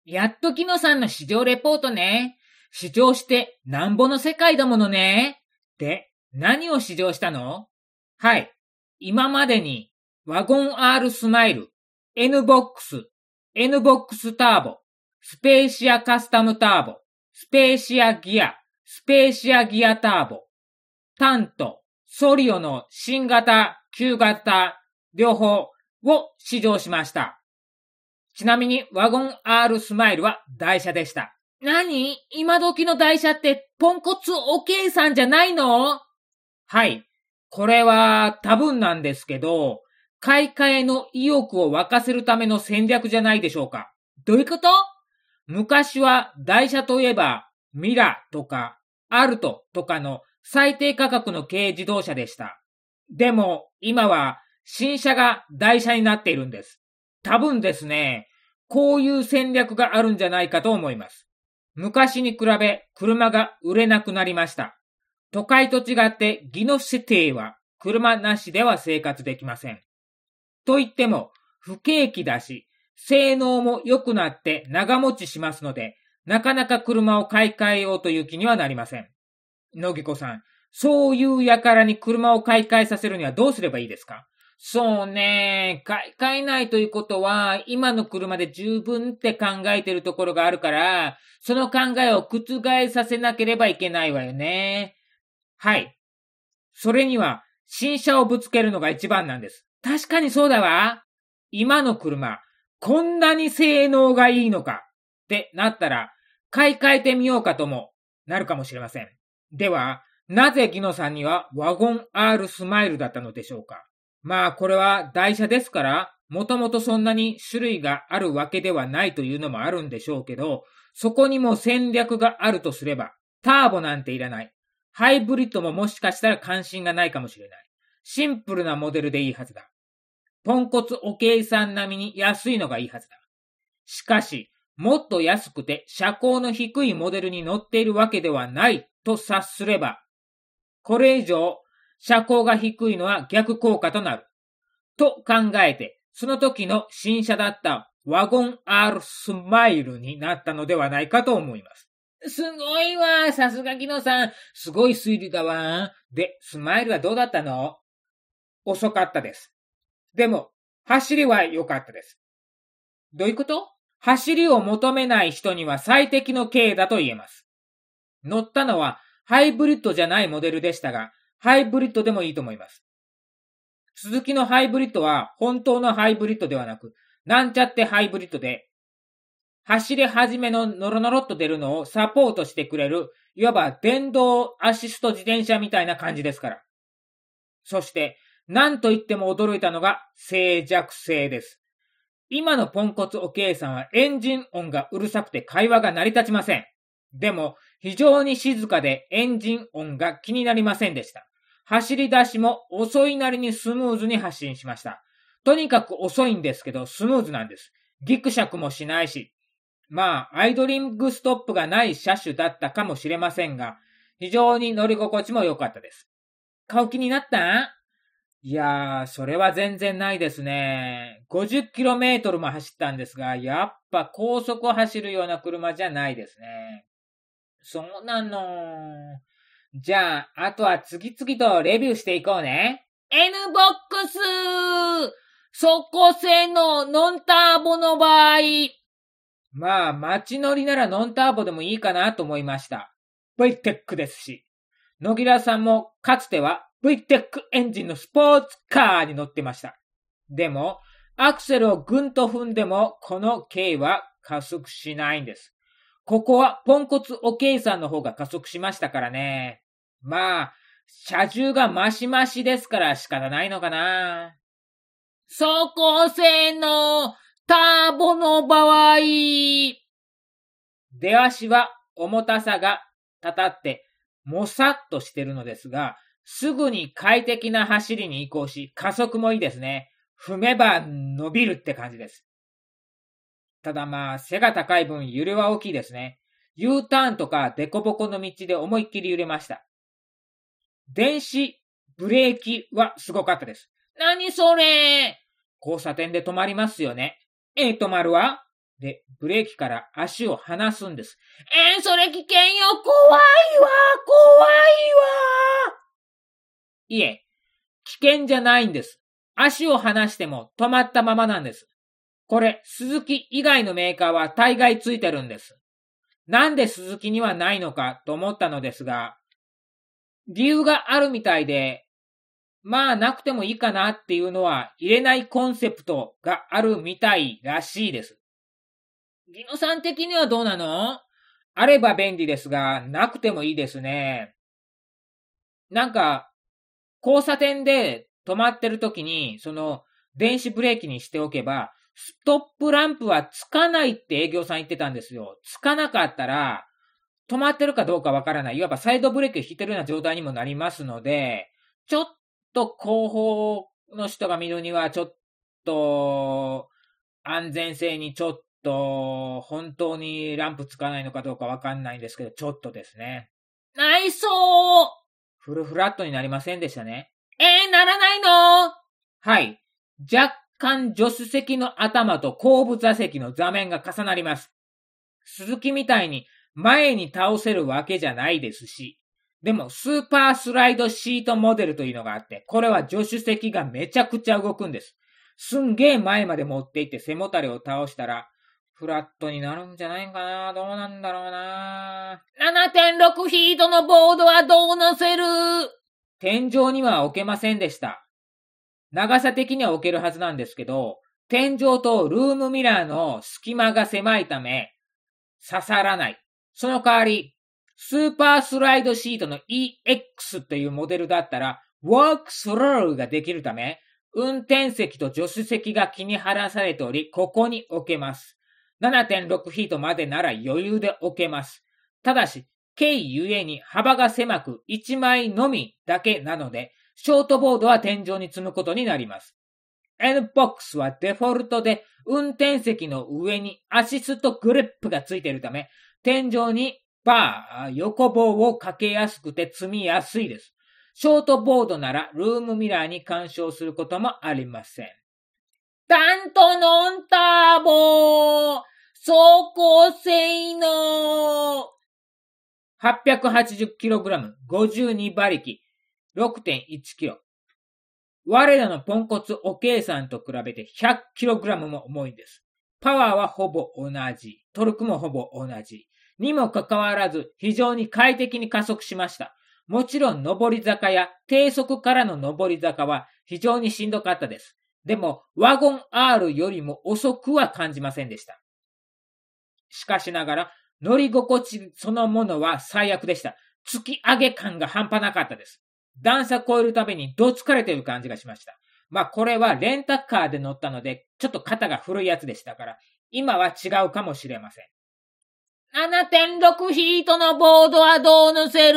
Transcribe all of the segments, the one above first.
やっと木野さんの市場レポートね。試乗してなんぼの世界だものね。で、何を試乗したの？はい。今までにワゴン R スマイル、N ボックス、N ボックスターボ、スペーシアカスタムターボ、スペーシアギア、スペーシアギアターボ、タント、ソリオの新型、旧型、両方を試乗しました。ちなみにワゴン R スマイルは台車でした。何？今時の台車ってポンコツおけいさんじゃないの？はい。これは多分なんですけど、買い替えの意欲を沸かせるための戦略じゃないでしょうか。どういうこと？昔は台車といえばミラとかアルトとかの最低価格の軽自動車でした。でも今は新車が台車になっているんです。多分ですね、こういう戦略があるんじゃないかと思います。昔に比べ車が売れなくなりました。都会と違ってギノシティは車なしでは生活できません。と言っても不景気だし、性能も良くなって長持ちしますので、なかなか車を買い替えようという気にはなりません。野木子さん、そういう輩に車を買い替えさせるにはどうすればいいですか？そうね、買い替えないということは、今の車で十分って考えているところがあるから、その考えを覆させなければいけないわよね。はい。それには、新車をぶつけるのが一番なんです。確かにそうだわ。今の車、こんなに性能がいいのかってなったら、買い替えてみようかともなるかもしれません。では、なぜギノさんにはワゴン R スマイルだったのでしょうか？まあこれは台車ですから、もともとそんなに種類があるわけではないというのもあるんでしょうけど、そこにも戦略があるとすれば、ターボなんていらない。ハイブリッドももしかしたら関心がないかもしれない。シンプルなモデルでいいはずだ。ポンコツおけいさん並みに安いのがいいはずだ。しかし、もっと安くて車高の低いモデルに乗っているわけではないと察すれば、これ以上、車高が低いのは逆効果となる。と考えて、その時の新車だったワゴン R スマイルになったのではないかと思います。すごいわ。さすがギノさん。すごい推理だわ。で、スマイルはどうだったの？遅かったです。でも、走りは良かったです。どういうこと？走りを求めない人には最適の軽だと言えます。乗ったのはハイブリッドじゃないモデルでしたが、ハイブリッドでもいいと思います。鈴木のハイブリッドは本当のハイブリッドではなく、なんちゃってハイブリッドで、走り始めのノロノロっと出るのをサポートしてくれる、いわば電動アシスト自転車みたいな感じですから。そして、なんと言っても驚いたのが静寂性です。今のポンコツおけいさんはエンジン音がうるさくて会話が成り立ちません。でも、非常に静かでエンジン音が気になりませんでした。走り出しも遅いなりにスムーズに発進しました。とにかく遅いんですけどスムーズなんです。ギクシャクもしないし。まあ、アイドリングストップがない車種だったかもしれませんが、非常に乗り心地も良かったです。買う気になった？いやー、それは全然ないですね。50km も走ったんですが、やっぱ高速を走るような車じゃないですね。そうなの。じゃあ、あとは次々とレビューしていこうね。N ボックス速攻性能ノンターボの場合。まあ、街乗りならノンターボでもいいかなと思いました。VTEC ですし。野木良さんもかつてはVTEC エンジンのスポーツカーに乗ってました。でも、アクセルをぐんと踏んでも、この軽は加速しないんです。ここはポンコツおけいさんの方が加速しましたからね。まあ、車重がマシマシですから仕方ないのかな。走行性能ターボの場合。出足は重たさがたたってもさっとしてるのですが、すぐに快適な走りに移行し、加速もいいですね。踏めば伸びるって感じです。ただまあ、背が高い分揺れは大きいですね。U ターンとかデコボコの道で思いっきり揺れました。電子ブレーキはすごかったです。何それ？交差点で止まりますよね。止まるわ。 で、ブレーキから足を離すんです。 それ危険よ。怖いわ。怖いわ。 いえ、危険じゃないんです。足を離しても止まったままなんです。これ、スズキ以外のメーカーは大概ついてるんです。なんでスズキにはないのかと思ったのですが、理由があるみたいで、まあなくてもいいかなっていうのは入れないコンセプトがあるみたいらしいです。ギノさん的にはどうなの？あれば便利ですが、なくてもいいですね。なんか、交差点で止まってる時に、電子ブレーキにしておけば、ストップランプはつかないって営業さん言ってたんですよ。つかなかったら、止まってるかどうかわからない。いわばサイドブレーキを引いてるような状態にもなりますので、ちょっと後方の人が見るには、ちょっと、安全性にちょっと、本当にランプつかないのかどうかわかんないんですけど、ちょっとですね。 内装。 フルフラットになりませんでしたね。 ならないの？ はい。若干助手席の頭と後部座席の座面が重なります。鈴木みたいに前に倒せるわけじゃないですし、でもスーパースライドシートモデルというのがあって、これは助手席がめちゃくちゃ動くんです。すんげー前まで持っていって背もたれを倒したら、フラットになるんじゃないかな。どうなんだろうな。 7.6 フィートのボードはどう乗せる？ 天井には置けませんでした。長さ的には置けるはずなんですけど、天井とルームミラーの隙間が狭いため、刺さらない。その代わり、スーパースライドシートの EX というモデルだったら、ワークスローができるため、運転席と助手席が気に離されており、ここに置けます。7.6 フィートまでなら余裕で置けます。ただし、軽ゆえに幅が狭く1枚のみだけなので、ショートボードは天井に積むことになります。N-BOX はデフォルトで運転席の上にアシストグリップがついているため、天井に横棒をかけやすくて積みやすいです。ショートボードならルームミラーに干渉することもありません。 タントノンターボ走行性能 880kg、52馬力、6.1kg。我らのポンコツお計算と比べて 100kg も重いんです。パワーはほぼ同じ。トルクもほぼ同じ。にもかかわらず非常に快適に加速しました。もちろん上り坂や低速からの上り坂は非常にしんどかったです。でもワゴン R よりも遅くは感じませんでした。しかしながら乗り心地そのものは最悪でした。突き上げ感が半端なかったです。段差越えるたびにどつかれている感じがしました。まあこれはレンタカーで乗ったのでちょっと肩が古いやつでしたから、今は違うかもしれません。 7.6 フィートのボードはどう乗せる？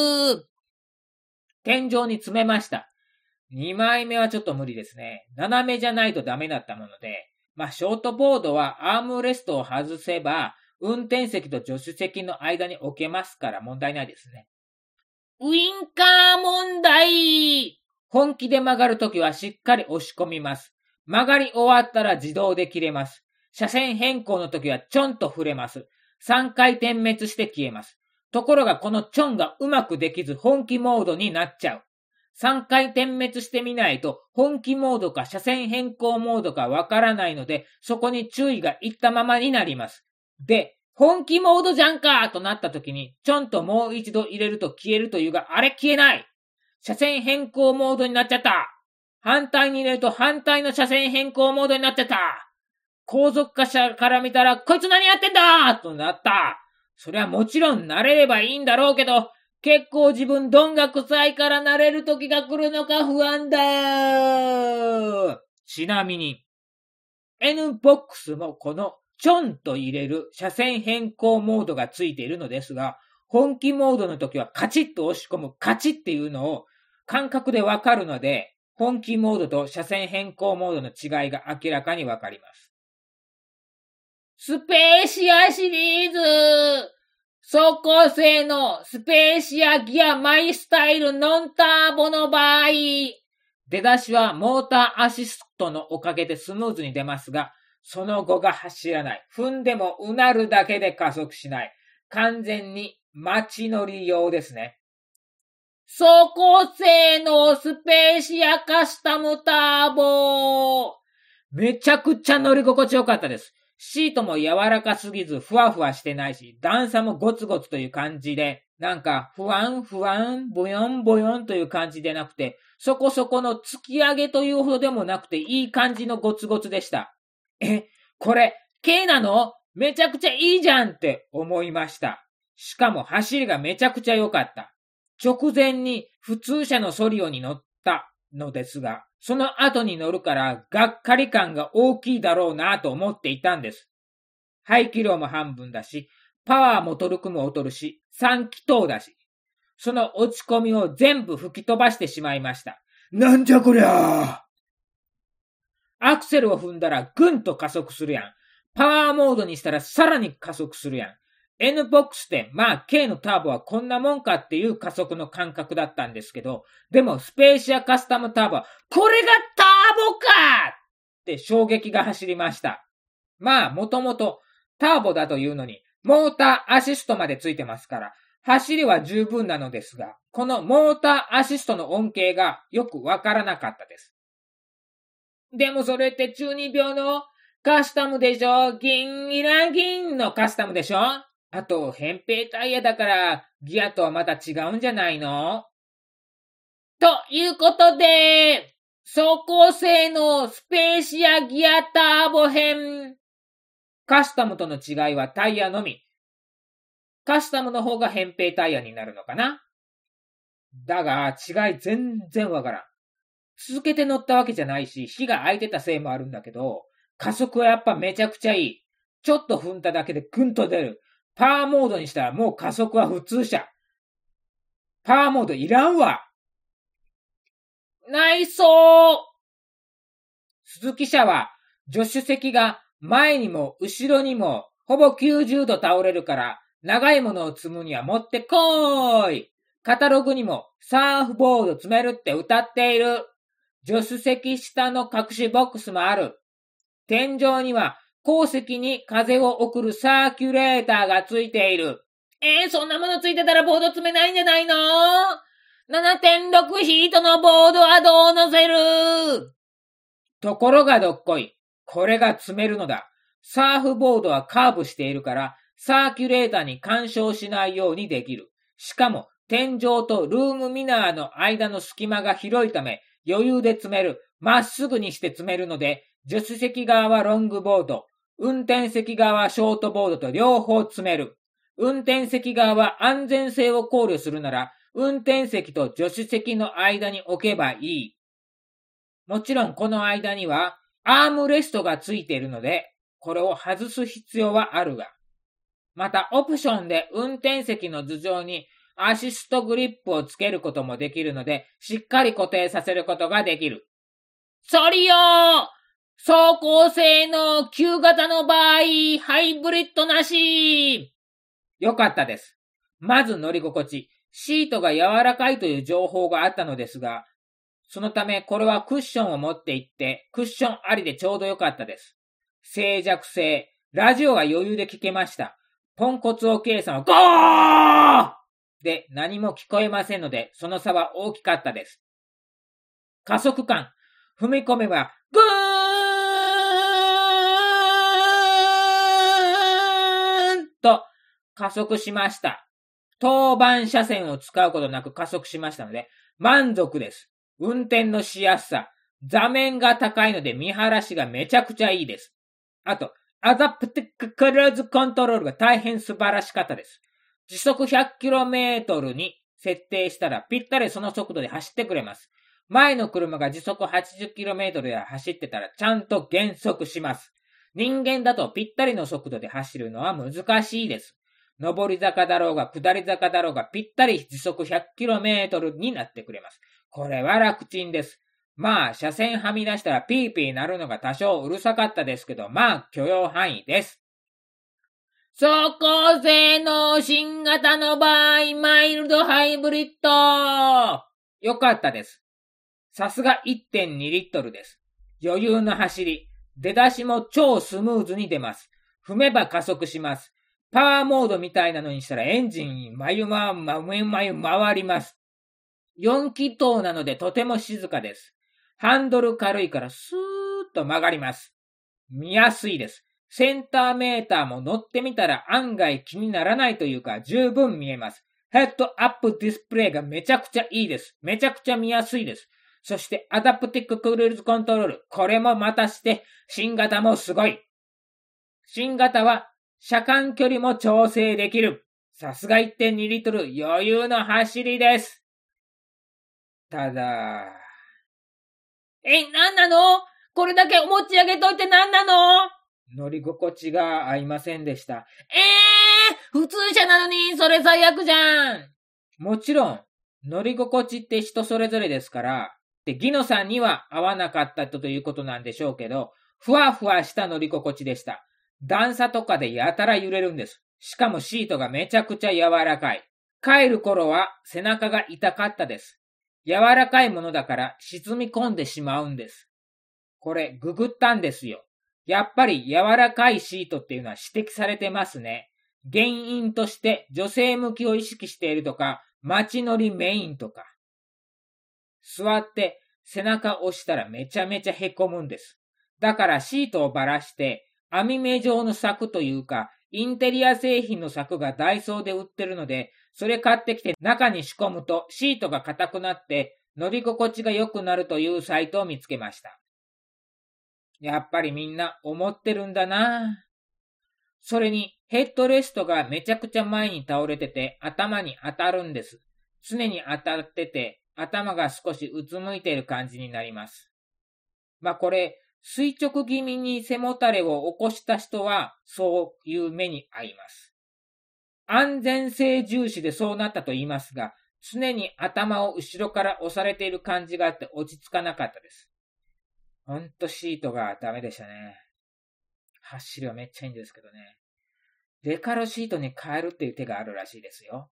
天井に詰めました。2枚目はちょっと無理ですね。斜めじゃないとダメだったもので、ショートボードはアームレストを外せば、運転席と助手席の間に置けますから問題ないですね。 ウインカー問題。 本気で曲がるときはしっかり押し込みます。曲がり終わったら自動で切れます。車線変更のときはちょんと触れます。3回点滅して消えます。ところがこのチョンがうまくできず本気モードになっちゃう。3回点滅してみないと本気モードか車線変更モードかわからないので、そこに注意がいったままになります。で、本気モードじゃんかとなった時に、ちょんともう一度入れると消えるというが、あれ消えない。車線変更モードになっちゃった。反対に入れると反対の車線変更モードになっちゃった。後続車から見たら、こいつ何やってんだとなった。それはもちろん慣れればいいんだろうけど、結構自分どんが臭いから慣れる時が来るのか不安だ。ちなみに、N-BOX もこのちょんと入れる車線変更モードがついているのですが、本気モードの時はカチッと押し込むカチッっていうのを感覚でわかるので、本気モードと車線変更モードの違いが明らかにわかります。 スペーシアシリーズ走行性能スペーシアギアマイスタイルノンターボの場合、 出だしはモーターアシストのおかげでスムーズに出ますが、 その後が走らない。踏んでもうなるだけで加速しない。完全に待ち乗り用ですね。 走行性のスペーシアカスタムターボ。 めちゃくちゃ乗り心地よかったです。シートも柔らかすぎずふわふわしてないし、段差もゴツゴツという感じで、なんかふわん、ボヨンボヨンという感じでなくて、そこそこの突き上げというほどでもなくていい感じのゴツゴツでした。これ、軽なの？めちゃくちゃいいじゃんって思いました。しかも走りがめちゃくちゃ良かった。直前に普通車のソリオに乗ったのですが、その後に乗るからがっかり感が大きいだろうなと思っていたんです。排気量も半分だし、パワーもトルクも劣るし、3気筒だし、その落ち込みを全部吹き飛ばしてしまいました。なんじゃこりゃー。アクセルを踏んだらぐんと加速するやん。パワーモードにしたらさらに加速するやん。N-BOX で、K のターボはこんなもんかっていう加速の感覚だったんですけど、でもスペーシアカスタムターボは、これがターボかって衝撃が走りました。もともとターボだというのに、モーターアシストまでついてますから、走りは十分なのですが、このモーターアシストの恩恵がよくわからなかったです。でもそれって中二病のカスタムでしょ？ギンギラギンのカスタムでしょ？あと、扁平タイヤだから、ギアとはまた違うんじゃないの？ ということで、走行性のスペーシアギアターボ編。 カスタムとの違いはタイヤのみ。カスタムの方が扁平タイヤになるのかな？だが、違い全然わからん。続けて乗ったわけじゃないし、火が空いてたせいもあるんだけど、加速はやっぱめちゃくちゃいい。ちょっと踏んだだけでグンと出る。パワーモードにしたらもう加速は普通車。パワーモードいらんわ。 内装。 鈴木車は助手席が前にも後ろにもほぼ90度倒れるから長いものを積むにはもってこーい。カタログにもサーフボード積めるって歌っている。助手席下の隠しボックスもある。天井には後席に風を送るサーキュレーターがついている。 そんなものついてたらボード積めないんじゃないの？ 7.6 ヒートのボードはどう乗せる？ ところがどっこい。これが積めるのだ。サーフボードはカーブしているから、サーキュレーターに干渉しないようにできる。しかも、天井とルームミナーの間の隙間が広いため、余裕で積める。まっすぐにして積めるので、助手席側はロングボード、運転席側はショートボードと両方積める。運転席側は安全性を考慮するなら、運転席と助手席の間に置けばいい。もちろんこの間にはアームレストがついているので、これを外す必要はあるが。またオプションで運転席の頭上にアシストグリップをつけることもできるので、しっかり固定させることができる。 ソリオ走行性の旧型の場合、ハイブリッドなし。 よかったです。まず乗り心地。シートが柔らかいという情報があったのですが、そのためこれはクッションを持って行って、クッションありでちょうどよかったです。静寂性。ラジオは余裕で聞けました。ポンコツお計算はゴーで何も聞こえませんので、その差は大きかったです。加速感。踏み込めばグーンと加速しました。当番車線を使うことなく加速しましたので、満足です。運転のしやすさ。座面が高いので見晴らしがめちゃくちゃいいです。あと、アダプティッククルーズコントロールが大変素晴らしかったです。時速 100km に設定したらぴったりその速度で走ってくれます。前の車が時速 80km で走ってたらちゃんと減速します。人間だとぴったりの速度で走るのは難しいです。上り坂だろうが下り坂だろうがぴったり時速 100km になってくれます。これは楽ちんです。車線はみ出したらピーピーなるのが多少うるさかったですけど、許容範囲です。 走行性の新型の場合、マイルドハイブリッド。 よかったです。さすが 1.2 リットルです。余裕の走り。 出だしも超スムーズに出ます。踏めば加速します。パワーモードみたいなのにしたらエンジン回ります。4気筒なのでとても静かです。ハンドル軽いからスーッと曲がります。見やすいです。センターメーターも乗ってみたら案外気にならないというか十分見えます。ヘッドアップディスプレイがめちゃくちゃいいです。めちゃくちゃ見やすいです。そしてアダプティッククルーズコントロール。これもまたして新型もすごい。新型は車間距離も調整できる。さすが 1.2 リットル余裕の走りです。ただ、 なんなの？これだけ持ち上げといてなんなの？ 乗り心地が合いませんでした。 普通車なのにそれ最悪じゃん。 もちろん、乗り心地って人それぞれですから、で、ギノさんには合わなかったということなんでしょうけど、ふわふわした乗り心地でした。段差とかでやたら揺れるんです。しかもシートがめちゃくちゃ柔らかい。帰る頃は背中が痛かったです。柔らかいものだから沈み込んでしまうんです。これググったんですよ。やっぱり柔らかいシートっていうのは指摘されてますね。原因として女性向きを意識しているとか、街乗りメインとか。座って背中押したらめちゃめちゃへこむんです。だからシートをばらして網目状の柵というか、インテリア製品の柵がダイソーで売ってるので、それ買ってきて中に仕込むとシートが硬くなって乗り心地が良くなるというサイトを見つけました。やっぱりみんな思ってるんだな。それにヘッドレストがめちゃくちゃ前に倒れてて頭に当たるんです。常に当たってて頭が少しうつむいている感じになります。これ垂直気味に背もたれを起こした人はそういう目に遭います。安全性重視でそうなったと言いますが、常に頭を後ろから押されている感じがあって落ち着かなかったです。ほんとシートがダメでしたね。走りはめっちゃいいんですけどね。デカロシートに変えるっていう手があるらしいですよ。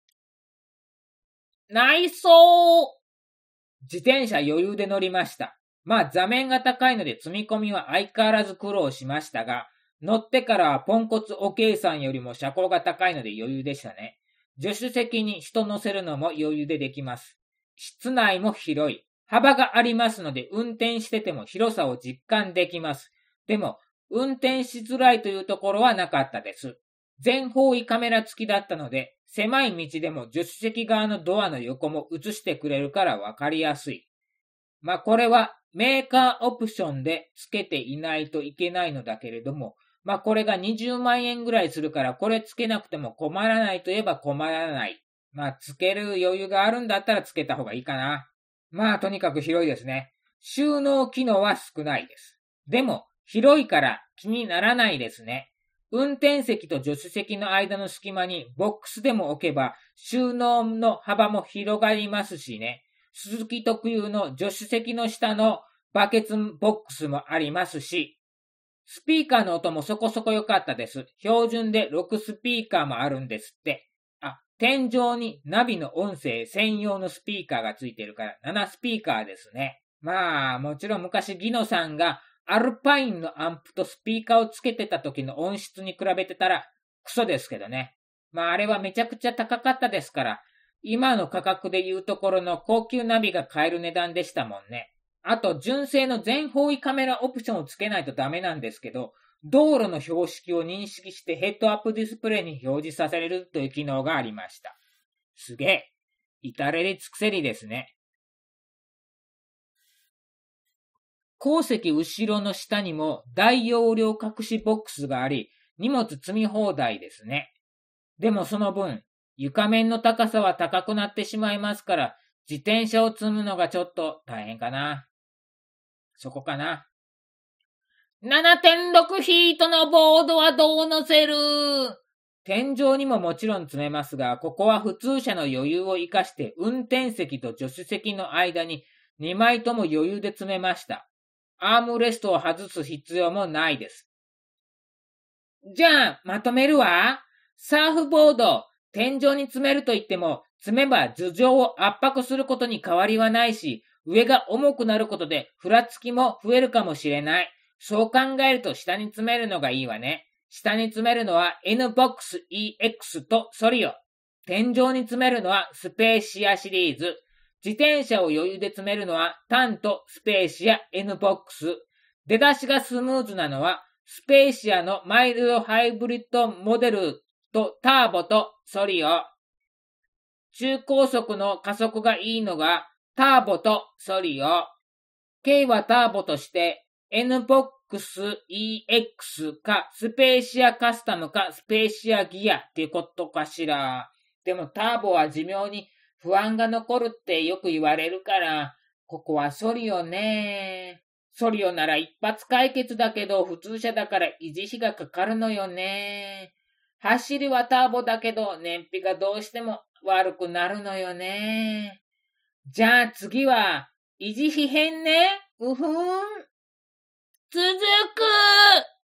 内装。 自転車余裕で乗りました。座面が高いので積み込みは相変わらず苦労しましたが、乗ってからはポンコツおけいさんよりも車高が高いので余裕でしたね。助手席に人乗せるのも余裕でできます。室内も広い。幅がありますので運転してても広さを実感できます。でも、運転しづらいというところはなかったです。全方位カメラ付きだったので、狭い道でも助手席側のドアの横も映してくれるからわかりやすい。これはメーカーオプションで付けていないといけないのだけれども、これが20万円ぐらいするからこれ付けなくても困らないといえば困らない。付ける余裕があるんだったら付けた方がいいかな。とにかく広いですね。収納機能は少ないです。でも広いから気にならないですね。運転席と助手席の間の隙間にボックスでも置けば収納の幅も広がりますしね。スズキ特有の助手席の下のバケツボックスもありますし、スピーカーの音もそこそこ良かったです。標準で6スピーカーもあるんですって。天井にナビの音声専用のスピーカーがついてるから7スピーカーですね。もちろん昔ギノさんがアルパインのアンプとスピーカーをつけてた時の音質に比べてたらクソですけどね。あれはめちゃくちゃ高かったですから、今の価格でいうところの高級ナビが買える値段でしたもんね。あと、純正の全方位カメラオプションをつけないとダメなんですけど、道路の標識を認識してヘッドアップディスプレイに表示させれるという機能がありました。すげえ。至れり尽くせりですね。後席後ろの下にも大容量隠しボックスがあり、荷物積み放題ですね。でもその分、床面の高さは高くなってしまいますから、自転車を積むのがちょっと大変かな。そこかな。 7.6 ヒートのボードはどう乗せる？ 天井にももちろん積めますが、ここは普通車の余裕を生かして運転席と助手席の間に2枚とも余裕で積めました。アームレストを外す必要もないです。じゃあ、まとめるわ。サーフボード、天井に積めると言っても、積めば頭上を圧迫することに変わりはないし、上が重くなることでふらつきも増えるかもしれない。 そう考えると下に詰めるのがいいわね。下に詰めるのは NBOX-EX とソリオ。天井に詰めるのはスペーシアシリーズ。自転車を余裕で詰めるのはタンとスペーシア NBOX。出だしがスムーズなのはスペーシアのマイルドハイブリッドモデルとターボとソリオ。中高速の加速がいいのがターボとソリオ。K はターボとしてNBOX-EX かスペーシアカスタムかスペーシアギアっていうことかしら。でもターボは寿命に不安が残るってよく言われるから、ここはソリオね。ソリオなら一発解決だけど普通車だから維持費がかかるのよね。走りはターボだけど燃費がどうしても悪くなるのよね。じゃあ次は維持費編ね。 続く